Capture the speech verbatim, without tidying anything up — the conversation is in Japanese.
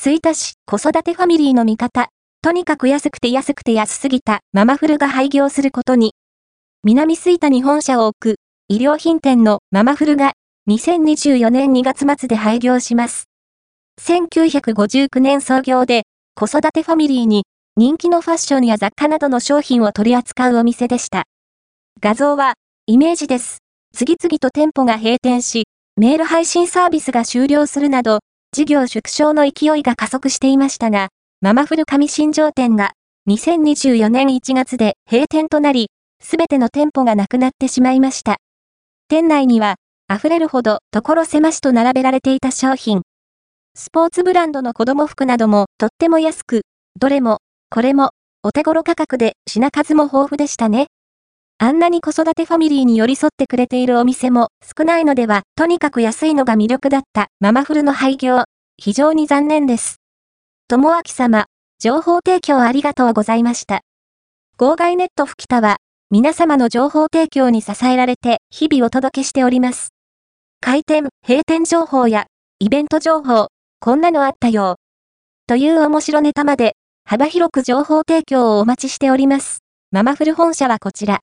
吹田市子育てファミリーの味方、とにかく安くて安くて安すぎたママフルが廃業することに。南吹田に本社を置く衣料品店のママフルがにせんにじゅうよねんにがつ末で廃業します。せんきゅうひゃくごじゅうきゅうねん創業で子育てファミリーに人気のファッションや雑貨などの商品を取り扱うお店でした。画像はイメージです。次々と店舗が閉店し、メール配信サービスが終了するなど、事業縮小の勢いが加速していましたが、ママフル上新庄店がにせんにじゅうよねんいちがつで閉店となり、すべての店舗がなくなってしまいました。店内には、溢れるほど所狭しと並べられていた商品。スポーツブランドの子供服などもとっても安く、どれも、これも、お手頃価格で品数も豊富でしたね。あんなに子育てファミリーに寄り添ってくれているお店も少ないのでは、とにかく安いのが魅力だったママフルの廃業、非常に残念です。ともあき様、情報提供ありがとうございました。号外ネット吹田は、皆様の情報提供に支えられて日々お届けしております。開店、閉店情報やイベント情報、こんなのあったよ。という面白ネタまで幅広く情報提供をお待ちしております。ママフル本社はこちら。